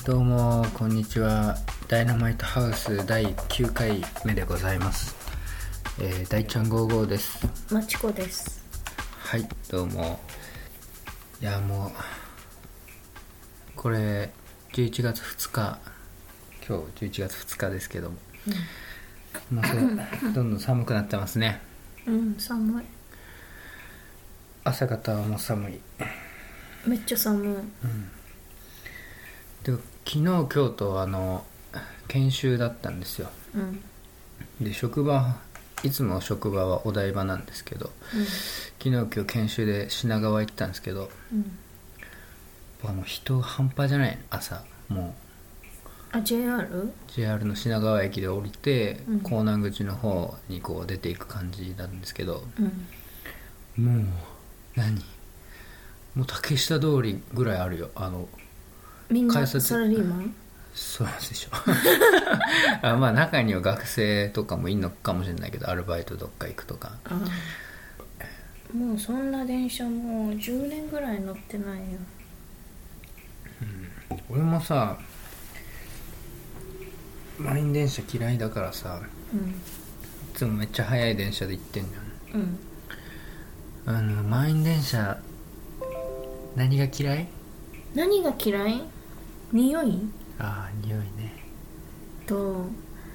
どうもこんにちは。ダイナマイトハウス第9回目でございます。大ちゃん55です。 まちこです。 はい、どうも。いやもうこれ11月2日今日11月2日ですけども、もうどんどん寒くなってますね。 寒い。 朝方はもう寒い。 めっちゃ寒い。 で昨日今日と研修だったんですよ。でいつも職場はお台場なんですけど、昨日今日研修で品川行ったんですけど、人半端じゃない。朝もうJR の品川駅で降りて、港南口の方にこう出ていく感じなんですけど、もうもう竹下通りぐらいあるよ。 みんなサラリーマン？ そうでしょまあ中には学生とかもいんのかもしれないけど、アルバイトどっか行くとか。 もうそんな電車もう10年ぐらい乗ってないよ。 俺もさ満員電車嫌いだからさ、いつもめっちゃ速い電車で行ってんじゃん。満員電車何が嫌い？ 何が嫌い？匂い？ 匂いね。 と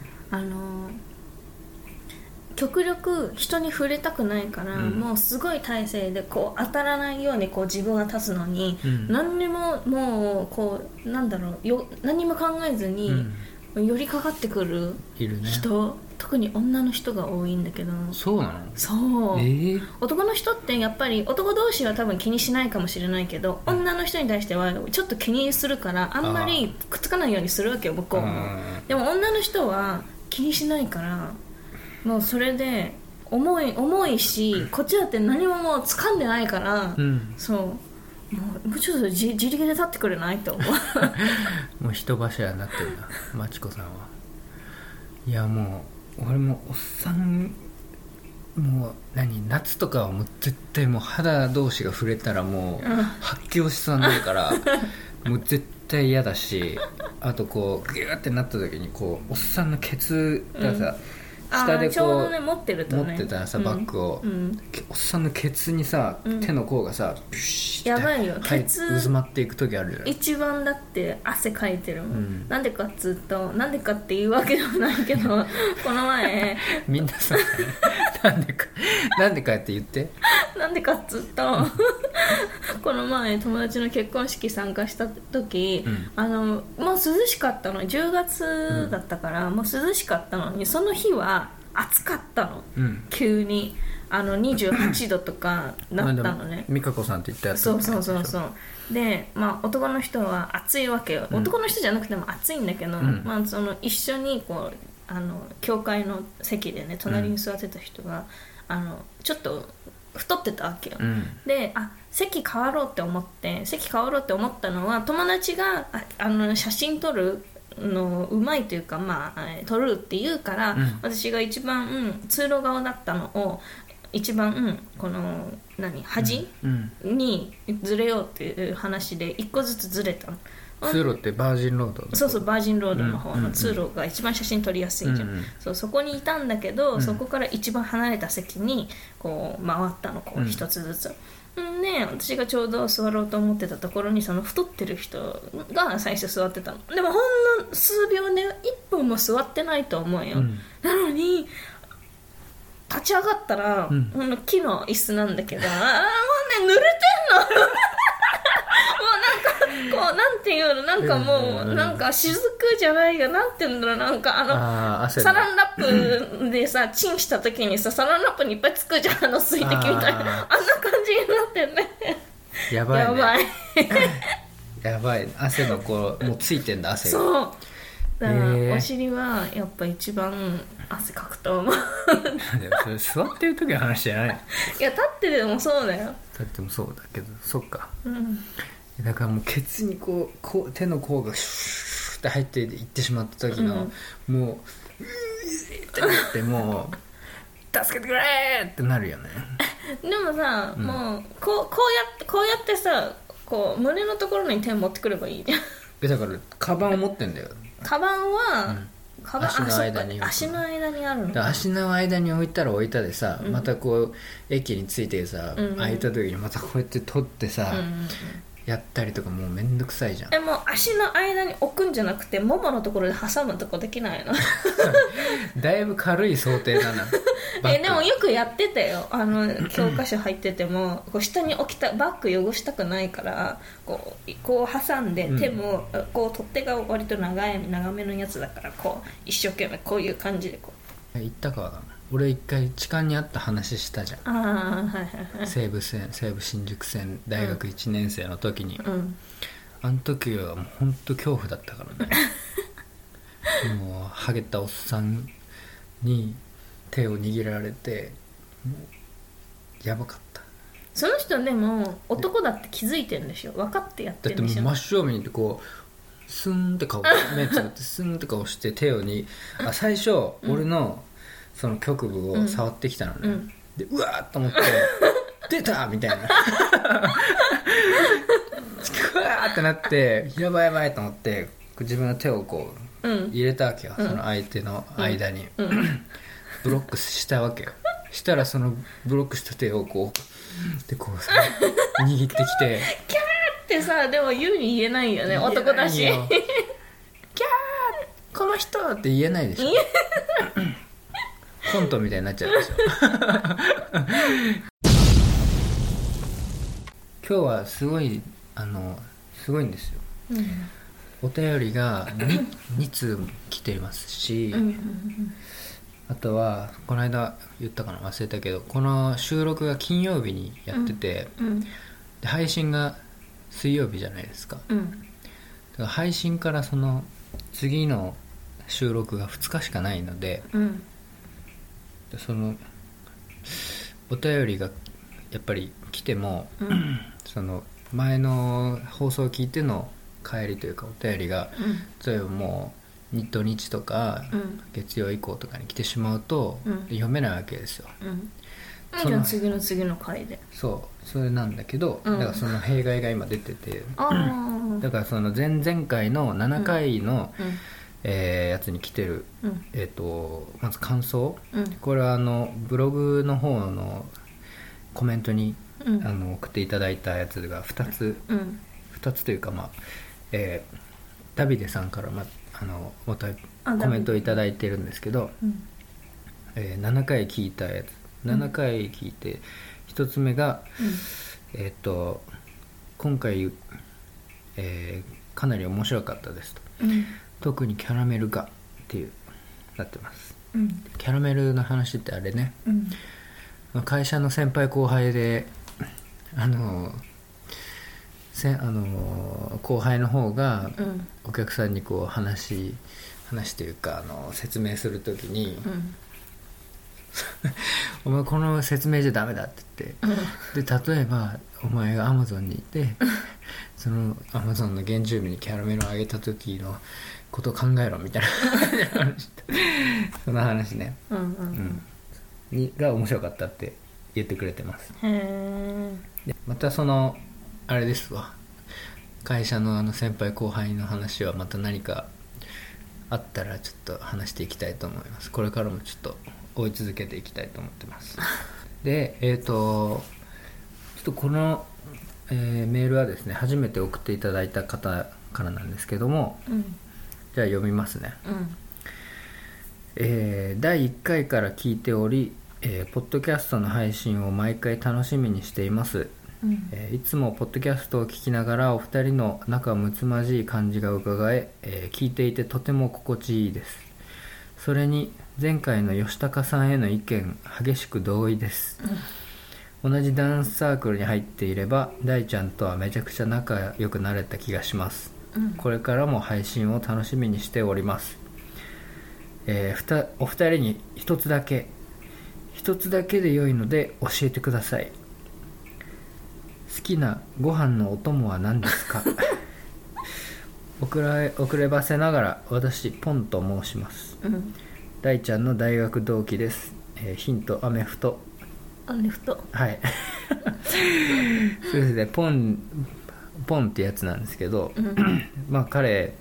極力人に触れたくないから、もうすごい体勢でこう当たらないようにこう自分が立つのに、何にももうこう何も考えずに、寄りかかってくる人、特に女の人が多いんだけど。 そうなの？ そう、男の人ってやっぱり男同士は多分気にしないかもしれないけど、女の人に対してはちょっと気にするから、あんまりくっつかないようにするわけよ、向こうも。でも女の人は気にしないから、もうそれで重いし、こっちだって何ももう掴んでないから、そうもうちょっと自力で立ってくれないと思うもう人柱になってるな、まちこさんは。いやもう俺もおっさん、もう夏とかはもう絶対もう肌同士が触れたらもう発狂しそうになるからもう絶対嫌だし、あとこうギューってなった時にこうおっさんのケツがさ、下でこうちょうどね持ってたらさ、バッグを、おっさんのケツにさ、手の甲がさビュッやばいよ、ケツ渦まっていく時あるよ。 一番だって汗かいてるもん、なんでかっつうと、なんでかっていうわけでもないけどこの前みんなさなんでかって言って。 なんでかっつうとこの前友達の結婚式参加した時、もう涼しかったの、10月だったから、もう涼しかったのに、その日は暑かったの、急に28度とかだったのね。 美香子さんって言ったやつ。 そうで、男の人は暑いわけよ、男の人じゃなくても暑いんだけど、その一緒にこう教会の席でね、隣に座ってた人が、ちょっと太ってたわけよ、で席変わろうって思ったのは、友達が写真撮るのうまいというか、撮るって言うから、私が一番、通路側だったのを一番、この端、にずれようっていう話で一個ずつずれたの。 通路ってバージンロードの？ そうバージンロードの方の通路が一番写真撮りやすいじゃん、そこにいたんだけど、そこから一番離れた席にこう回ったの、こう一つずつ、で私がちょうど座ろうと思ってたところにその太ってる人が最初座ってたの。でもほんの数秒で1分も座ってないと思うよ、なのに立ち上がったら、木の椅子なんだけど、もうね濡れてんのこうなんていうの、もう雫じゃないよ、なんていうんだろう、サランラップでさチンした時にさ、サランラップにいっぱいつくじゃん、水滴みたいな、あんな感じになってるね。 やばいねやばい汗のこうもうついてんだ、汗が。 そうだから、お尻はやっぱ一番汗かくと思うでもそれ座ってる時の話じゃない。 いや立ってでもそうだよ。 立ってもそうだけど、そっか、だからもうケツにこう手の甲がシューって入っていってしまった時の、もうってなって、もう助けてくれーってなるよね。 でもさ、もうこうやってさ、こう胸のところに手持ってくればいいじゃんだからカバンを持ってんだよ。 カバンは、カバン足の間に足の間にあるの。 足の間に置いたら置いたでさ、またこう駅に着いてさ、空いた時にまたこうやって取ってさ、やったりとかもうめんどくさいじゃん。 もう足の間に置くんじゃなくてもものところで挟むとこできないの？ だいぶ軽い想定だな。 でもよくやってたよ。教科書入っててもこう下に置きたバッグ汚したくないからこう挟んで、手もこう取っ手が割と長めのやつだからこう一生懸命こういう感じでこう行ったかな。俺一回痴漢にあった話したじゃん。 はいはいはい。 西武新宿線大学1年生の時に、あの時はもう本当恐怖だったからね。もうハゲたおっさんに手を握られてもうやばかった。 その人でも男だって気づいてるんでしょ。分かってやってるんでしょ。 だってもう真正面にこうスンって顔目つぶってスンって顔して手をに最初、俺のその局部を触ってきたのね、でうわーっと思って出たみたいなうわーってなってやばいやばいと思って自分の手をこう入れたわけよ、その相手の間に、ブロックしたわけよ。したらそのブロックした手をこうでこうさ握ってきてキャーってさ、でも言うに言えないよね、男だし。キャーこの人って言えないでしょ。コントみたいになっちゃうでしょ。今日はすごいすごいんですよ、お便りが 2通来ていますし、あとはこの間言ったかな忘れたけど、この収録が金曜日にやってて、で配信が水曜日じゃないですか、だから配信からその次の収録が2日しかないので、そのお便りがやっぱり来ても、その前の放送を聞いての帰りというかお便りが、例えばもう土日とか、月曜以降とかに来てしまうと、読めないわけですよ、 じゃあ次の回でそれなんだけど、だからその弊害が今出てて、だからその前々回の7回の、やつに来てる、まず感想、これはブログの方のコメントに、送っていただいたやつが2つ、2つというか、ダビデさんから、コメントをいただいてるんですけど、7回聞いたやつ7回聞いて1つ目が、今回、かなり面白かったですと、特にキャラメルがっていうなってます、キャラメルの話ってあれね、会社の先輩後輩で後輩の方がお客さんにこう話というか説明するときに、お前この説明じゃダメだって言って、で例えばお前がアマゾンにいてそのアマゾンの原住民にキャラメルをあげた時のことを考えろみたいなその話ね、が面白かったって言ってくれてます。でまたそのあれですわ、会社の先輩後輩の話はまた何かあったらちょっと話していきたいと思います。これからもちょっと追い続けていきたいと思ってますでちょっとこの、メールはですね初めて送っていただいた方からなんですけども、じゃあ読みますね、第1回から聞いており、ポッドキャストの配信を毎回楽しみにしています、いつもポッドキャストを聞きながらお二人の仲睦まじい感じが伺え、聞いていてとても心地いいです。それに前回の吉高さんへの意見激しく同意です、同じダンスサークルに入っていれば大ちゃんとはめちゃくちゃ仲良くなれた気がします、これからも配信を楽しみにしております、お二人に一つだけで良いので教えてください。好きなご飯のお供は何ですか？遅ればせながら私ポンと申します、大ちゃんの大学同期です、ヒントアメフトはいそうですね、ポンポンってやつなんですけど、 うんまあ彼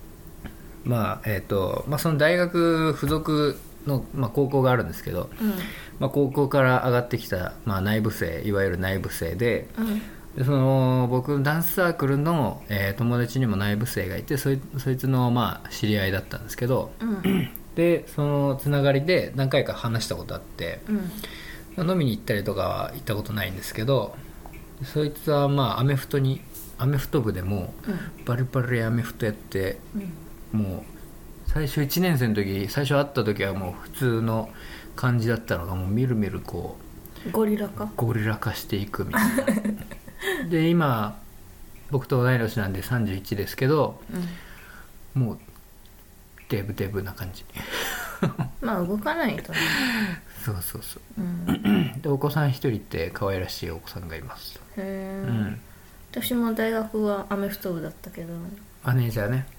その大学附属の、高校があるんですけど、高校から上がってきた、内部生、いわゆる内部生で、でその僕ダンスサークルの、友達にも内部生がいて、そいつの、知り合いだったんですけど、でそのつながりで何回か話したことあって、飲みに行ったりとかは行ったことないんですけど、そいつはアメフト部でもバリバリアメフトやって、もう最初1年生の時、最初会った時はもう普通の感じだったのが、もうみるみるこうゴリラ化していくみたいなで今僕と同い年なんで31ですけど、もうデブな感じ動かないとね。 そう、でお子さん一人って可愛らしいお子さんがいます。 へえ、私も大学はアメフト部だったけど、 マネージャーね。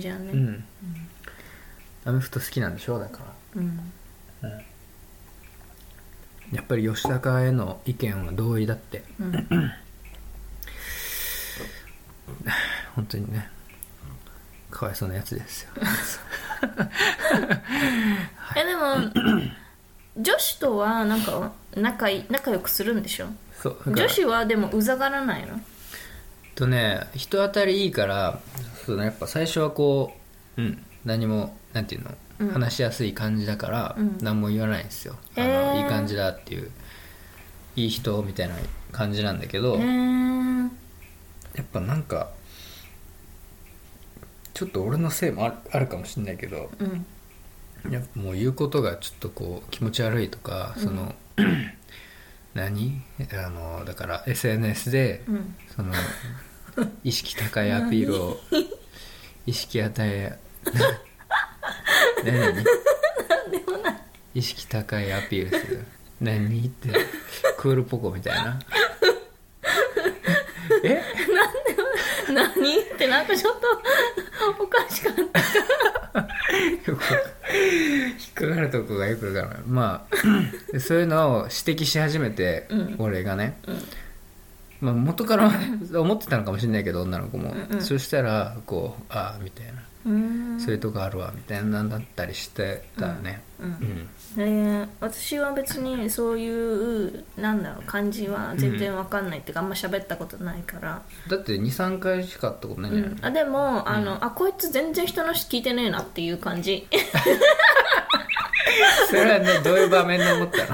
アメフト好きなんでしょ、だから、やっぱり吉高への意見は同意だって、本当にね、かわいそうなやつですよでも女子とはなんか仲良くするんでしょ。 そう女子はでもうざがらないの？ 人当たりいいから、そうね、やっぱ最初はこう、何もなんていうの、話しやすい感じだから、何も言わないんですよ。いい感じだっていう、いい人みたいな感じなんだけど、やっぱなんかちょっと俺のせいもあるかもしれないけど、やっぱもう言うことがちょっとこう気持ち悪いとか、そのだから SNS で、その意識高いアピールを意識与え何意識高いアピールする何ってクールポコみたいな何ってなんかちょっとおかしかった引っかかるとこがよくわからない。そういうのを指摘し始めて、俺がね、元から思ってたのかもしれないけど、女の子も、そしたらこうみたいな、そういうとこあるわみたいなだったりしてたね。 私は別にそういう感じは全然わかんないっていうか、あんま喋ったことないから。 だって 2,3 回しか会ったことないんじゃないの？ でもこいつ全然人の話聞いてねえなっていう感じそれはね、どういう場面で思ったの？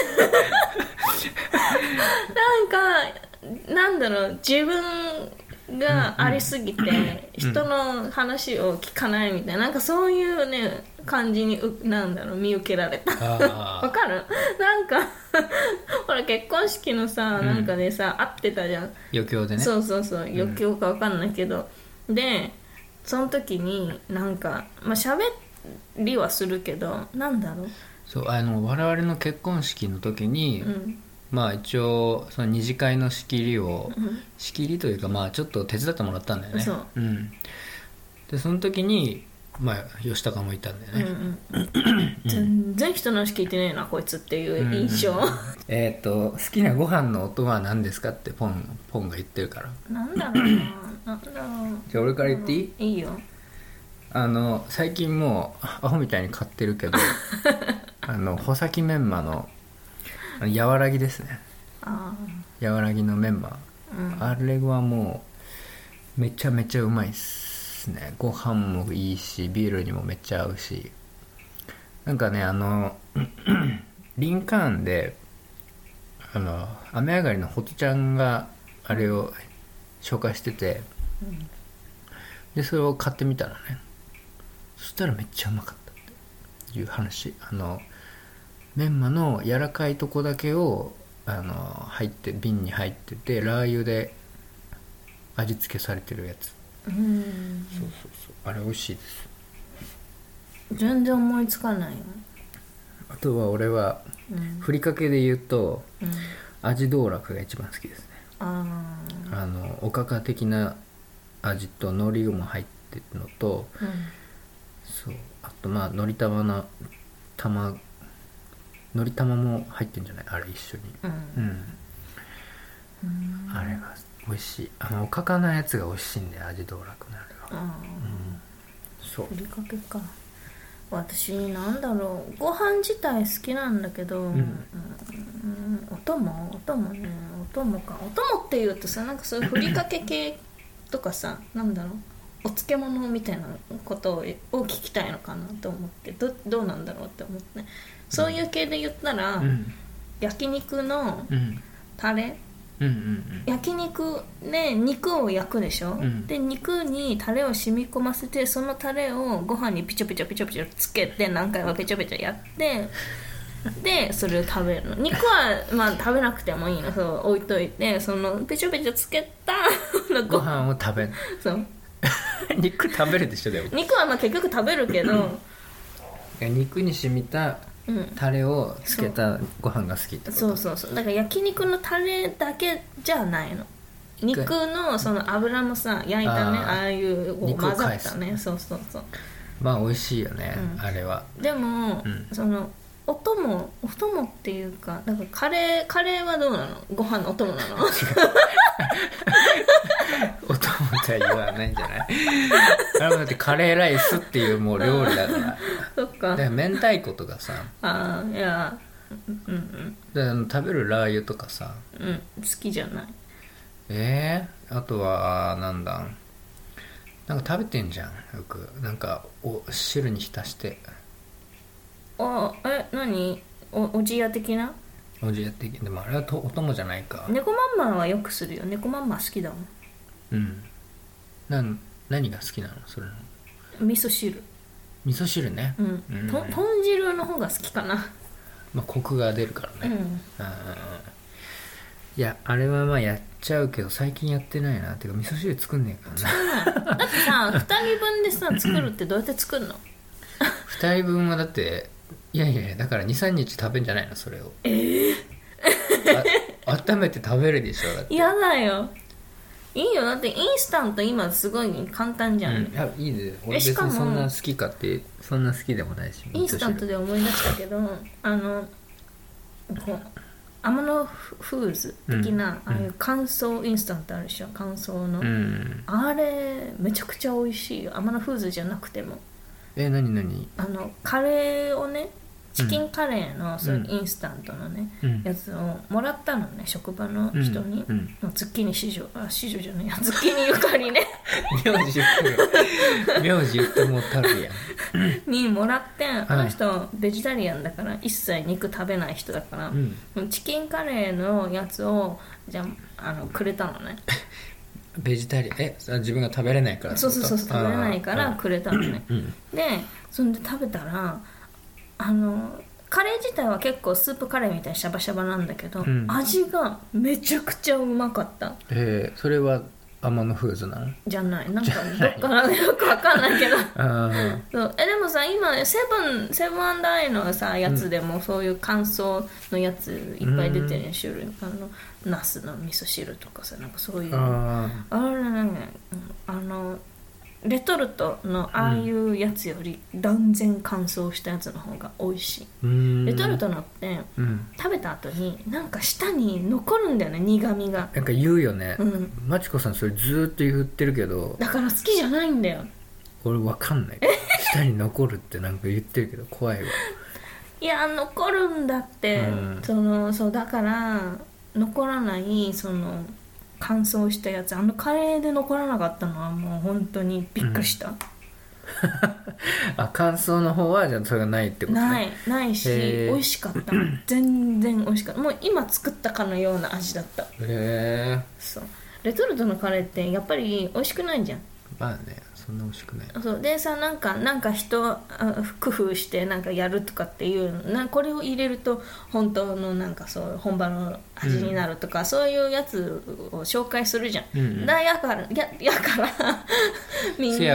自分がありすぎて、人の話を聞かないみたいな、なんかそういうね感じに見受けられたわかる？ほら結婚式のさ、なんかでさ、会ってたじゃん、 余興でね。 そう余興かわかんないけど、でその時に喋りはするけど、 そう我々の結婚式の時に、一応その二次会の仕切りというか、ちょっと手伝ってもらったんだよね。でその時に吉高もいたんだよね。 全然人の話聞いてねえなこいつっていう印象。 好きなご飯の音は何ですかってポンが言ってるから。 なんだろうなじゃあ俺から言っていい？ いいよ。 最近もうアホみたいに買ってるけど穂先メンマの柔らぎですね。柔らぎのメンマ、あれはもうめちゃめちゃうまいっすね。ご飯もいいし、ビールにもめっちゃ合うし、なんかねリンカーンで雨上がりのホトちゃんがあれを紹介してて、でそれを買ってみたらね、そしたらめっちゃうまかったっていう話。メンマの柔らかいとこだけを瓶に入ってて、ラー油で味付けされてるやつ。そうあれ美味しいです。 全然思いつかないよ。 あとは俺は、ふりかけで言うと、味道楽が一番好きですね。おかか的な味と海苔も入ってるのと、あとのり玉も入ってんじゃないあれ一緒に。あれが美味しい。おかかのやつが美味しいんで味道楽なるよ。 あそうふりかけか。私なんだろう、ご飯自体好きなんだけど、お供ね、お供っていうとさ、なんかそういうふりかけ系とかさ、なんだろう、お漬物みたいなことを聞きたいのかなと思って、どうなんだろうって思って、ね、そういう系で言ったら、焼肉のタレ、焼肉で肉を焼くでしょ、で肉にタレを染み込ませて、そのタレをご飯にピチョピチョつけて、何回もピチョピチョやってでそれを食べるの。肉はまあ食べなくてもいいの、そう置いといて、そのピチョピチョつけたご飯を食べる。 そう肉食べるでしょ。でも肉はまあ結局食べるけど肉に染みたタレをつけたご飯が好きってこと。 そうだから焼肉のタレだけじゃないの、肉のその油もさ焼いたね、ああいうこう混ざったね、そうまあ美味しいよね、あれは。 でも、そのお供っていうか、だからカレーはどうなの？ご飯のお供なの？ お供とは言わないんじゃない？あれだってカレーライスっていうもう料理だからそっか。 で明太子とかさ、 いやで食べるラー油とかさ、 好きじゃない。 あとはなんだ、なんか食べてんじゃんよく、なんか汁に浸して。 何？おじや的な？ おじや的。でもあれはお供じゃないか。 猫まんまはよくするよ。猫まんま好きだもん。 何が好きなのそれの？ 味噌汁ね。豚汁の方が好きかな。 まあコクが出るからね。いやあれはまあやっちゃうけど最近やってないな。てか味噌汁作んねえからな。 だってさ2人分でさ作るってどうやって作るの ？2人分はだっていやだから 2,3 日食べんじゃないのそれを。温めて食べるでしょ。だってやだよ。いいよ、だってインスタント今すごい簡単じゃん。 いやいいね。俺別にそんな好きかってそんな好きでもないし。 インスタントで思い出したけどこうアマノフーズ的な、ああいう乾燥インスタントあるでしょ、乾燥の、あれめちゃくちゃ美味しいよ。アマノフーズじゃなくても。 何カレーをね、チキンカレーのそういうインスタントのね、やつをもらったのね、職場の人に、ズッキーニじゃないや、ズッキーニゆかりね名字言ってもうたるやんにもらって、あの人ベジタリアンだから一切肉食べない人だから、チキンカレーのやつをじゃくれたのね。 ベジタリアン自分が食べれないからそう食べれないからくれたのね。でそんで食べたらカレー自体は結構スープカレーみたいにシャバシャバなんだけど、味がめちゃくちゃうまかった。 それはアマノフーズなの？じゃない、 なんかどっからよくわかんないけどそうでもさ、今セブン&アイのさやつでもそういう乾燥のやついっぱい出てる種類、ナスの味噌汁とかさ、なんかそういうあれなんかレトルトのああいうやつより断然乾燥したやつの方が美味しい。レトルトのって、食べた後になんか舌に残るんだよね、苦味が。 なんか言うよね、マチコさんそれずーっと言ってるけど、 だから好きじゃないんだよ。 俺わかんない舌に残るってなんか言ってるけど怖いわ。 いや残るんだって、そうだから残らない乾燥したやつ、カレーで残らなかったのはもう本当にびっくりした。 乾燥の方はじゃあそれがないってことね。 ないし美味しかった全然美味しかった。もう今作ったかのような味だった。そうレトルトのカレーってやっぱり美味しくないじゃん。 まあね、そんな美味しくない。 そうでさ、なんか人工夫してなんかやるとかっていうこれを入れると本当のなんかそう本場の味になるとか、そういうやつを紹介するじゃん。やからみんな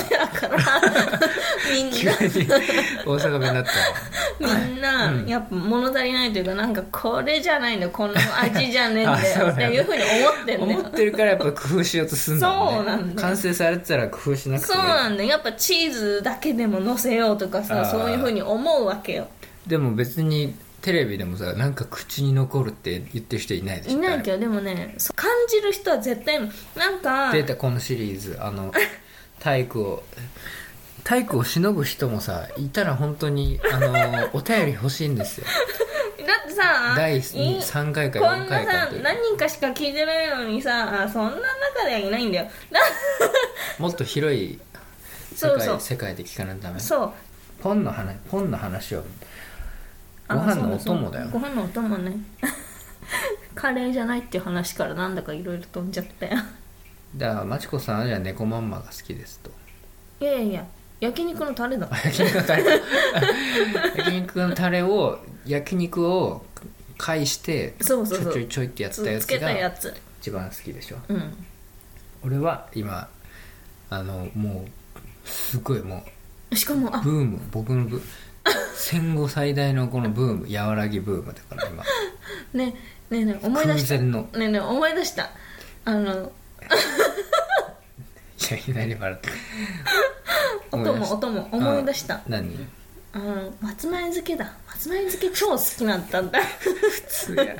みんな大阪弁だったみんな、やっぱ物足りないというか、なんかこれじゃないんだよ、この味じゃねえんだよっていうふうに思ってんだよ。 思ってるからやっぱ工夫しようとするんだよね。 そうなんだよ。 完成されてたら工夫しなくてもいい。 そうなんだよ。やっぱチーズだけでも乗せようとかさ、そういうふうに思うわけよ。 でも別にテレビでもさなんか口に残るって言ってる人いないでしょ。 いないけど、でもね感じる人は絶対なんか出たこのシリーズ体育をしのぐ人もさいたら本当にお便り欲しいんですよ。 だってさ第3回か4回かこんなさ何人かしか聞いてないのにさそんな中ではいないんだよ。 もっと広い世界で聞かないとダメ。 そうポンの話をご飯のお供だよ。 ご飯のお供ねカレーじゃないっていう話からなんだかいろいろ飛んじゃったよ。 だからまちこさんはじゃあ猫まんまが好きですと。 いやいや焼肉のタレだ。 焼肉のタレを焼肉を返してそうちょいちょいってやったやつが一番好きでしょ。俺は今もうすごいもうしかもブーム僕の戦後最大のこのブーム和らぎブームだから今ね思い出した思い出したいやいきなり笑ってお供思い出した。 何？ 松前漬けだ。松前漬け超好きなんだ普通や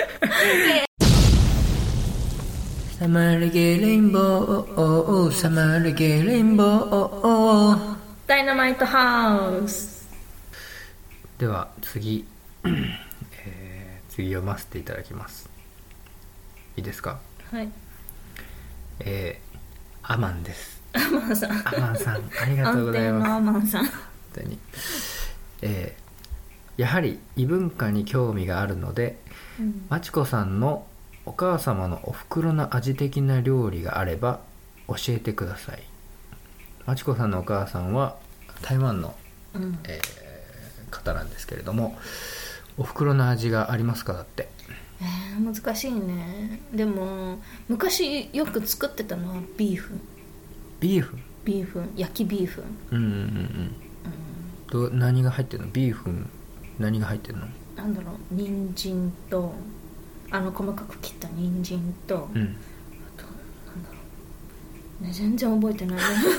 サマーレゲレインボーサマーレゲレインボーダイナマイトハウス。 では次読ませていただきます。いいですか？ はい。 アマンです。 アマンさんありがとうございます。 アマンさん本当に、やはり異文化に興味があるので、まちこさんのお母様のお袋の味的な料理があれば教えてください。まちこさんのお母さんは台湾の、方なんですけれども、お袋の味がありますか？だって難しいね。でも昔よく作ってたのはビーフ焼きビーフ何が入ってるの？ビーフン何が入ってるの？ なんだろう、人参と細かく切った人参と、あとなんだろうね、全然覚えてないね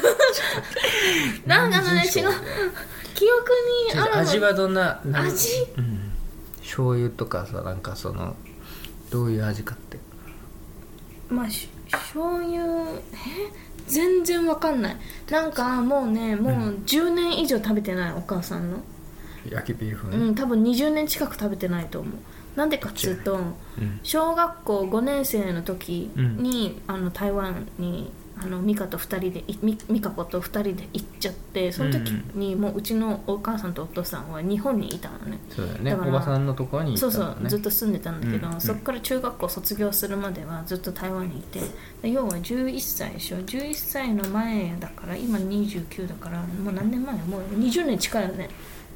なんかね違う記憶にあるの。 味はどんな味、 醤油とかさ、なんかどういう味かって。 まあ醤油全然わかんない。なんかもう10年以上食べてない、お母さんの焼きビーフン、 多分20年近く食べてないと思う。なんでかっつうと、小学校5年生の時に、台湾にミカ子と2人で行っちゃって、その時にもううちのお母さんとお父さんは日本にいたのね。 そうだよね、おばさんのところに行ったのね。 そうずっと住んでたんだけど、そこから中学校卒業するまではずっと台湾にいて、要は11歳でしょ。11歳の前だから、今29だから、もう何年前？もう20年近いよね。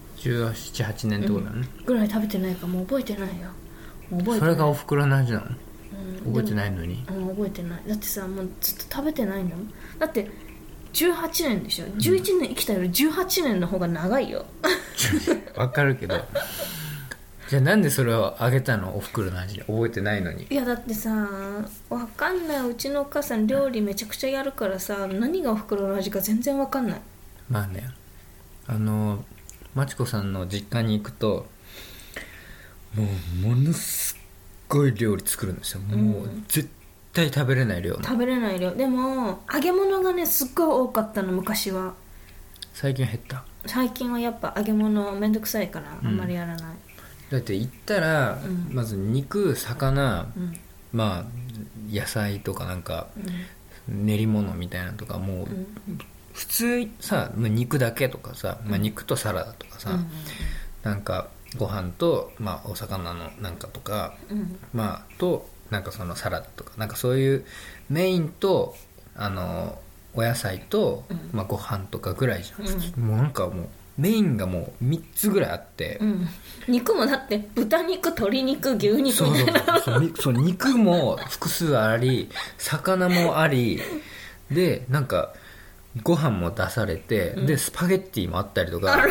17、8年ってことだね、 ぐらい食べてないからもう覚えてないよ。 それがお袋の味なの？覚えてないのに。 覚えてない。だってさ、もうずっと食べてないんだもん。だって18年でしょ。11年生きたより18年の方が長いよわかるけどじゃあなんでそれをあげたの？お袋の味覚えてないのに。いやだってさ、わかんない。うちのお母さん料理めちゃくちゃやるからさ、何がお袋の味か全然わかんない。 まあね、まちこさんの実家に行くとものすごい料理作るんですよ。もう絶対食べれない量の。 でも揚げ物がねすっごい多かったの、昔は。 最近減った。 最近はやっぱ揚げ物めんどくさいからあんまりやらない、 だって行ったら、まず肉、魚、まあ野菜とかなんか、練り物みたいなのとか、もう、普通さ肉だけとかさ、肉とサラダとかさ、なんかご飯と、お魚のなんかとか、となんかそのサラダとか、なんかそういうメインとお野菜と、ご飯とかぐらいじゃん、もうなんかもうメインがもう3つぐらいあって、 肉もだって豚肉、鶏肉、牛肉みたいなそう肉も複数あり、魚もありで、なんかご飯も出されて、でスパゲッティもあったりとか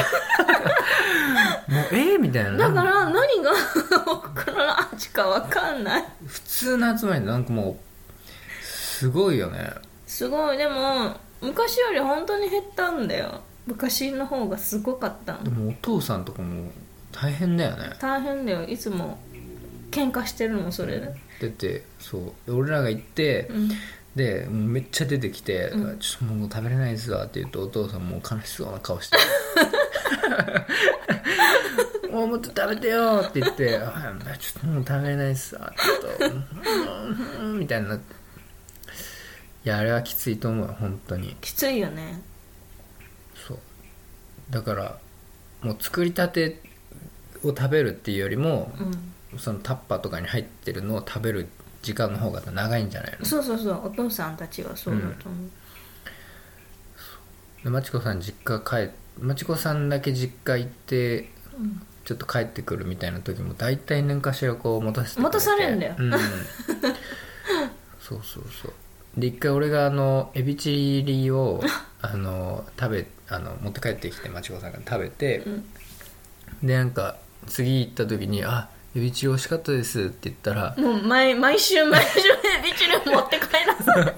もうみたいな。 だから何がお袋の味か分かんない。 普通の集まりでなんかもうすごいよね。 すごい。でも昔より本当に減ったんだよ。昔の方がすごかった。 でもお父さんとかも大変だよね。 大変だよ。いつも喧嘩してるのそれで。 だってそう俺らが行って、 うん、 でめっちゃ出てきて、 うん、 ちょっともう食べれないですわって言うと、お父さんもう悲しそうな顔してもうもっと食べてよって言って、あちょっともう食べれないですわって言うとみたいになって、いやあれはきついと思うよ本当に。 きついよね。 そうだからもう作りたてを食べるっていうよりも、 うん、 そのタッパーとかに入ってるのを食べる時間の方が長いんじゃないの。 そうそうそう、お父さんたちはそうだと思う。 でまちこさん実家まちこさんだけ実家行って、 うん、 ちょっと帰ってくるみたいな時も大体何かしらこう持たせてくれて、 持たされるんだよ、 うん、そうそうそうで一回俺がエビチリを持って帰ってきてまちこさんが食べて、 うん、 でなんか次行った時にエビチリ美味しかったですって言ったら、 もう毎週エビチリを持って帰らされてだってさ、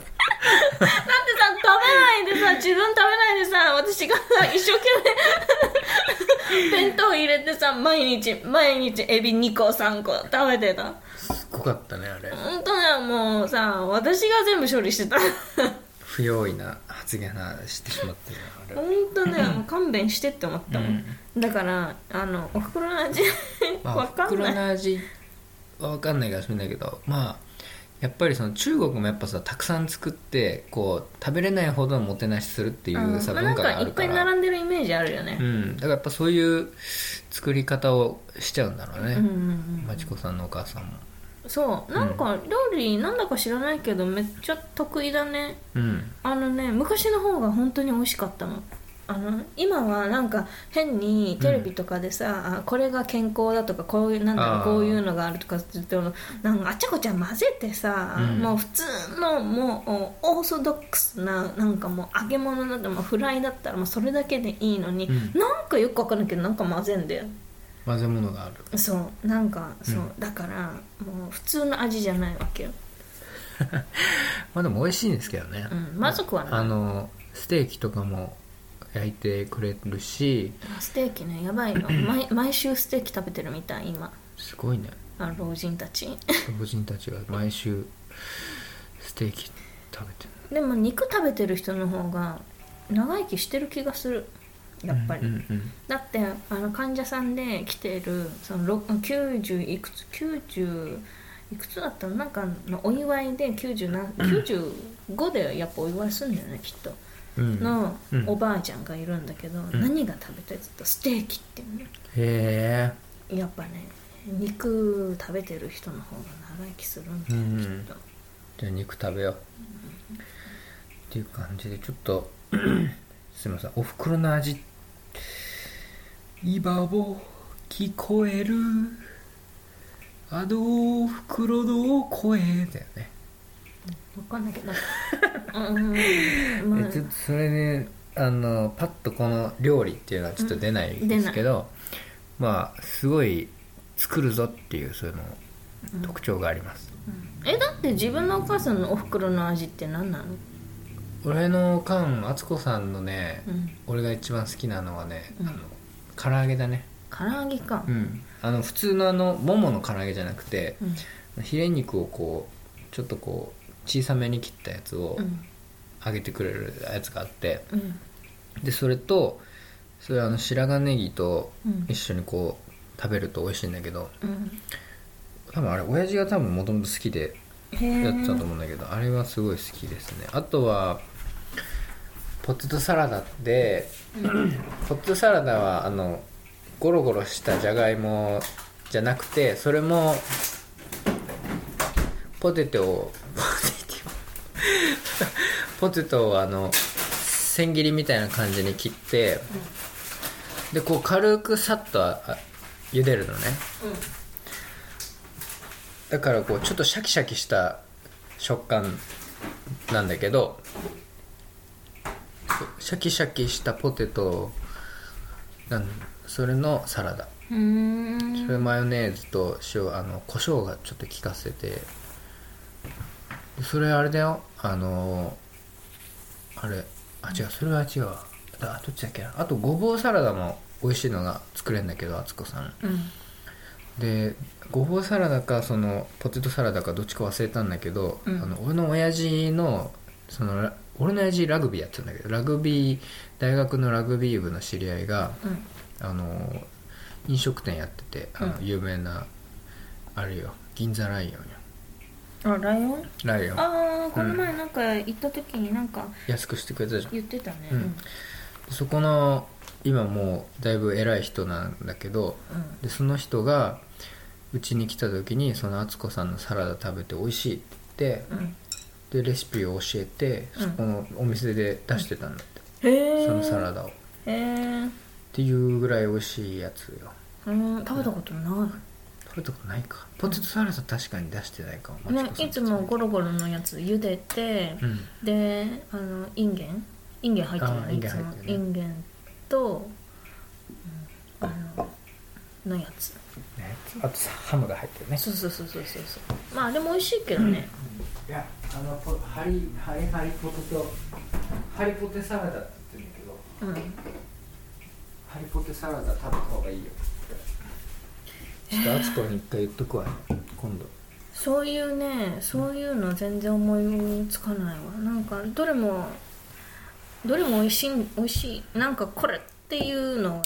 食べないでさ、自分食べないでさ、私が一生懸命弁当入れてさ、毎日エビ2個3個食べてた。 すごかったねあれ。 本当だよ、もうさ、私が全部処理してた不用意な発言してしまってるあれ。 本当だよ、もう勘弁してって思ったもん、だからおふくろの味わかんない。おふくろの味は分かんないかもしれないけど、やっぱりその中国もやっぱさ、たくさん作ってこう食べれないほどのもてなしするっていうさ、文化があるから、 なんかいっぱい並んでるイメージあるよね、 だからやっぱそういう作り方をしちゃうんだろうね、まちこさんのお母さんも。 そう、なんか料理なんだか知らないけどめっちゃ得意だね、昔の方が本当に美味しかったの。今はなんか変にテレビとかでさ、これが健康だとかこういうこういうのがあるとかって言ってなんかあちゃこちゃ混ぜてさ、もう普通のもうオーソドックスななんかもう揚げ物だってもフライだったらもうそれだけでいいのに、なんかよくわかんないけどなんか混ぜんだよ。 混ぜ物がある。 そうなんかそう、だからもう普通の味じゃないわけよでも美味しいんですけどね、 まずくはない。 ステーキとかも焼いてくれるし、 ステーキね、やばいの毎週ステーキ食べてるみたい今。 すごいね、 老人たちが毎週ステーキ食べてる。でも肉食べてる人の方が長生きしてる気がするやっぱり、だって患者さんで来てるその90いくつ90いくつだったの、なんかのお祝いで95でやっぱお祝いするんだよねきっと、のおばあちゃんがいるんだけど、何が食べたいって言ったらステーキっていうね。 へえ。やっぱね、肉食べてる人の方が長生きするんだよ、きっと。 じゃあ肉食べよう、っていう感じで、ちょっとすいません、おふくろの味、今も聞こえるおふくろの声だよね。 分かんないけどちょっとそれね、パッとこの料理っていうのはちょっと出ないんですけど、すごい作るぞっていうそういうの特徴があります、 だって自分のお母さんのおふくろの味って何なの？ 俺の敦子さんのね、俺が一番好きなのはね、唐揚げだね。 唐揚げか、 普通のももの唐揚げじゃなくて、ヒレ肉をこうちょっとこう小さめに切ったやつを揚げてくれるやつがあって、でそれと白髪ネギと一緒にこう食べると美味しいんだけど、多分あれ親父が多分もともと好きでやってたと思うんだけど、あれはすごい好きですね。あとはポテトサラダで、ポテトサラダはゴロゴロしたじゃがいもじゃなくて、それもポテトを千切りみたいな感じに切って、でこう軽くさっと茹でるのね、だからこうちょっとシャキシャキした食感なんだけど、シャキシャキしたポテトそれのサラダ、それマヨネーズと塩胡椒がちょっと効かせて、それあれだよ、違う、それは違うわ。どっちだっけな。あとごぼうサラダも美味しいのが作れるんだけど、敦子さんうんで、ごぼうサラダかそのポテトサラダかどっちか忘れたんだけど、俺の親父の俺の親父ラグビーやってたんだけど、大学のラグビー部の知り合いが、飲食店やってて、有名なあれよ、銀座ライオンよ。 あ、ライオン？ ライオン。 ああ、この前なんか行った時になんか安くしてくれたじゃん。 言ってたね。 そこの今もうだいぶ偉い人なんだけど、でその人がうちに来た時にその敦子さんのサラダ食べて美味しいって言って、でレシピを教えてそこのお店で出してたんだって、 へえ。 そのサラダを。 へえ。 っていうぐらい美味しいやつよ。 食べたことない。 食べたことないか。ポテトサラダ確かに出してないかも。 ね、いつもゴロゴロのやつ茹でて、でインゲン入ってるの、いつもインゲンと、のやつ、 ね、あとハムが入ってるね。 そうまああれも美味しいけどね、 いやハリポテサラダって言ってるんだけど、ハリポテサラダ食べた方がいいよ。ちょっと敦子に一回言っとくわね、今度。 そういうの全然思いつかないわ。なんかどれも美味しい、なんかこれっていうのはない。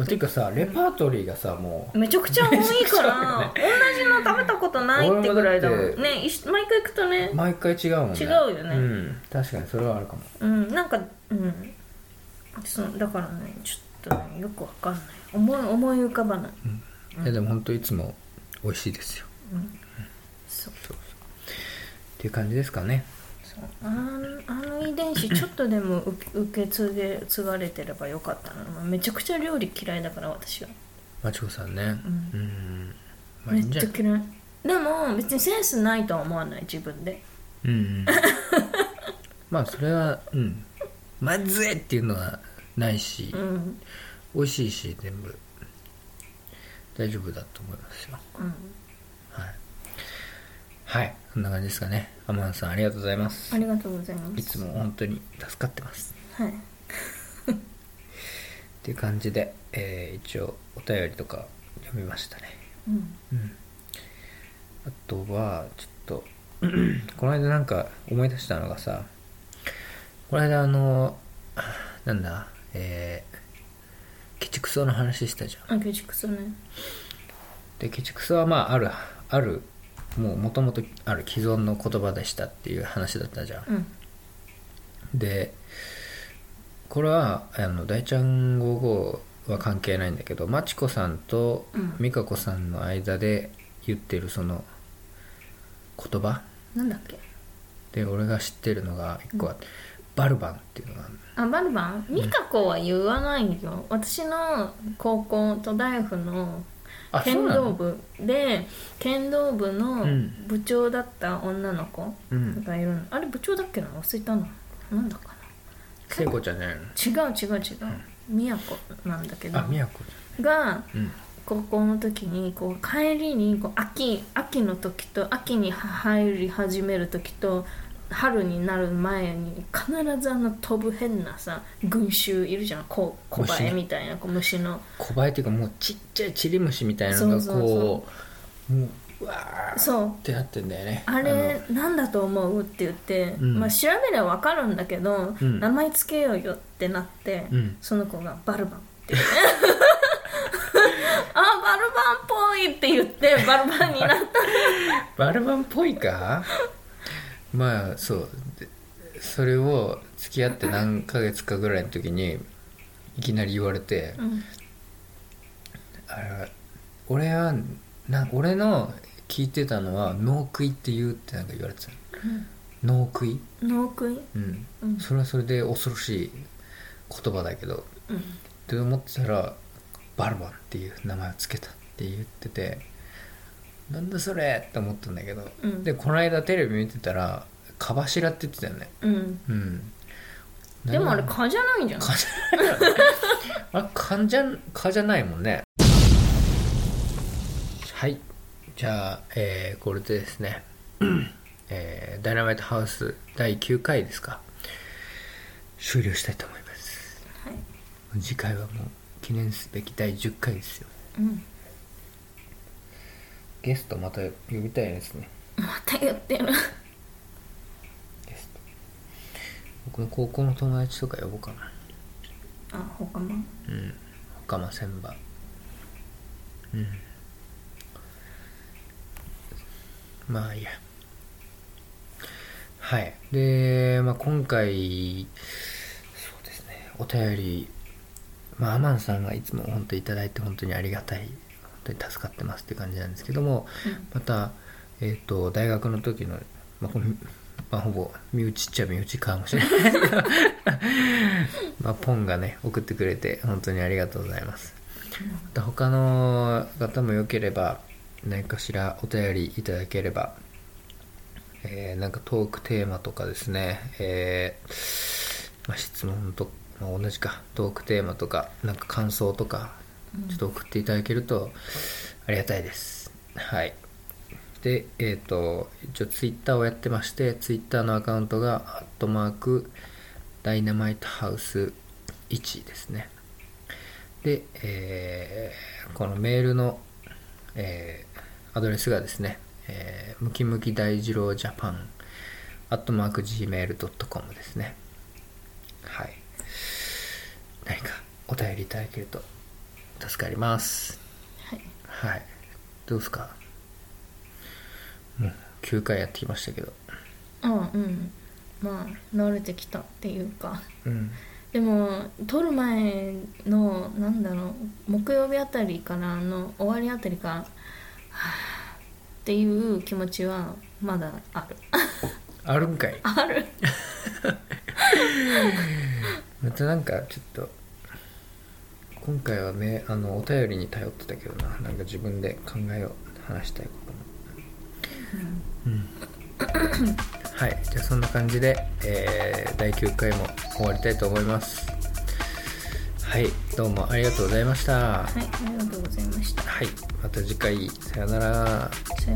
ていうかさ、レパートリーがさ、もうめちゃくちゃ多いから同じの食べたことないってぐらいだもんね。毎回行くとね、 毎回違うもんね。 違うよね。確かにそれはあるかも。 なんかだからね、ちょっとね、よくわかんない、思い浮かばない。 いやでも本当いつも美味しいですよ。そうっていう感じですかね。 あの遺伝子ちょっとでも受け継がれてればよかったな。めちゃくちゃ料理嫌いだから私は。 まちこさんね。 めっちゃ嫌い。でも別にセンスないとは思わない、自分で。 まあそれはまずいっていうのはないし、美味しいし全部大丈夫だと思いますよ。はい、そんな感じですかね。アマンさんありがとうございます。 ありがとうございます。 いつも本当に助かってます。 はいっていう感じで、一応お便りとか読みましたね。あとはちょっとこの間なんか思い出したのがさ、この間なんだケチクソの話したじゃん。 ケチクソね。 でケチクソはまああるもともとある既存の言葉でしたっていう話だったじゃん。でこれは大ちゃん55は関係ないんだけど、まちこさんと美香子さんの間で言ってるその言葉なんだっけ。 で俺が知ってるのが一個は、バルバンっていうのがある。 バルバン？美香子は言わないよ。私の高校と大学の剣道部で、剣道部の部長だった女の子がいるの。あれ部長だっけな、忘れたの。なんだかな。 聖子ちゃんじゃないの？ 違う、宮子なんだけど。 宮子が、高校の時にこう帰りにこう秋の時と、秋に入り始める時と春になる前に必ず飛ぶ変なさ群衆いるじゃん。小バエみたいな虫の小バエっていうかもうちっちゃいチリムシみたいなのがもううわーってなってんだよね。 あれなんだと思うって言って、調べれば分かるんだけど、名前つけようよってなって、その子がバルバンってバルバンっぽいって言ってバルバンになったバルバンっぽいか。まあそう、それを付き合って何ヶ月かぐらいの時にいきなり言われて、俺の聞いてたのはノークイって言うってなんか言われてた、ノークイ、それはそれで恐ろしい言葉だけど、って思ってたらバルバンっていう名前をつけたって言ってて、なんだそれって思ったんだけど、でこの間テレビ見てたら蚊柱って言ってたよね。 でもあれ蚊じゃないんじゃん。 蚊じゃないあ、蚊じゃないもんね。はい、じゃあ、これでですね、ダイナマイトハウス第9回ですか、終了したいと思います。 次回はもう記念すべき第10回ですよ。ゲストまた呼びたいですね。 また言ってる。 ゲスト僕の高校の友達とか呼ぼうかな。 他も他も千葉。まあいいや。はい。で、今回そうですね、お便り、アマンさんがいつも本当にいただいて本当にありがたい、本当に助かってますって感じなんですけども、また大学の時の、ほぼ身内っちゃ身内かもしれないけどポンがね送ってくれて本当にありがとうございます。また他の方もよければ何かしらお便りいただければ、なんかトークテーマとかですね、質問と、同じかトークテーマとかなんか感想とかちょっと送っていただけるとありがたいです。はい。で、一応ツイッターをやってまして、ツイッターのアカウントがダイナマイトハウス1ですね。で、このメールの、アドレスがですね、ムキムキ大二郎ジャパン@gmail.com ですね。はい。何かお便りいただけると助かります。はい。どうですか？もう9回やってきましたけど。 慣れてきたっていうか、でも撮る前の木曜日あたりからの終わりあたりからっていう気持ちはまだある。 あるんかい。 ある。 またなんかちょっと今回はねお便りに頼ってたけどなんか自分で考えを話したいこともはい。じゃあそんな感じで、第9回も終わりたいと思います。はい。どうもありがとうございました。 はい、ありがとうございました。 はい。また次回さよなら。 さよ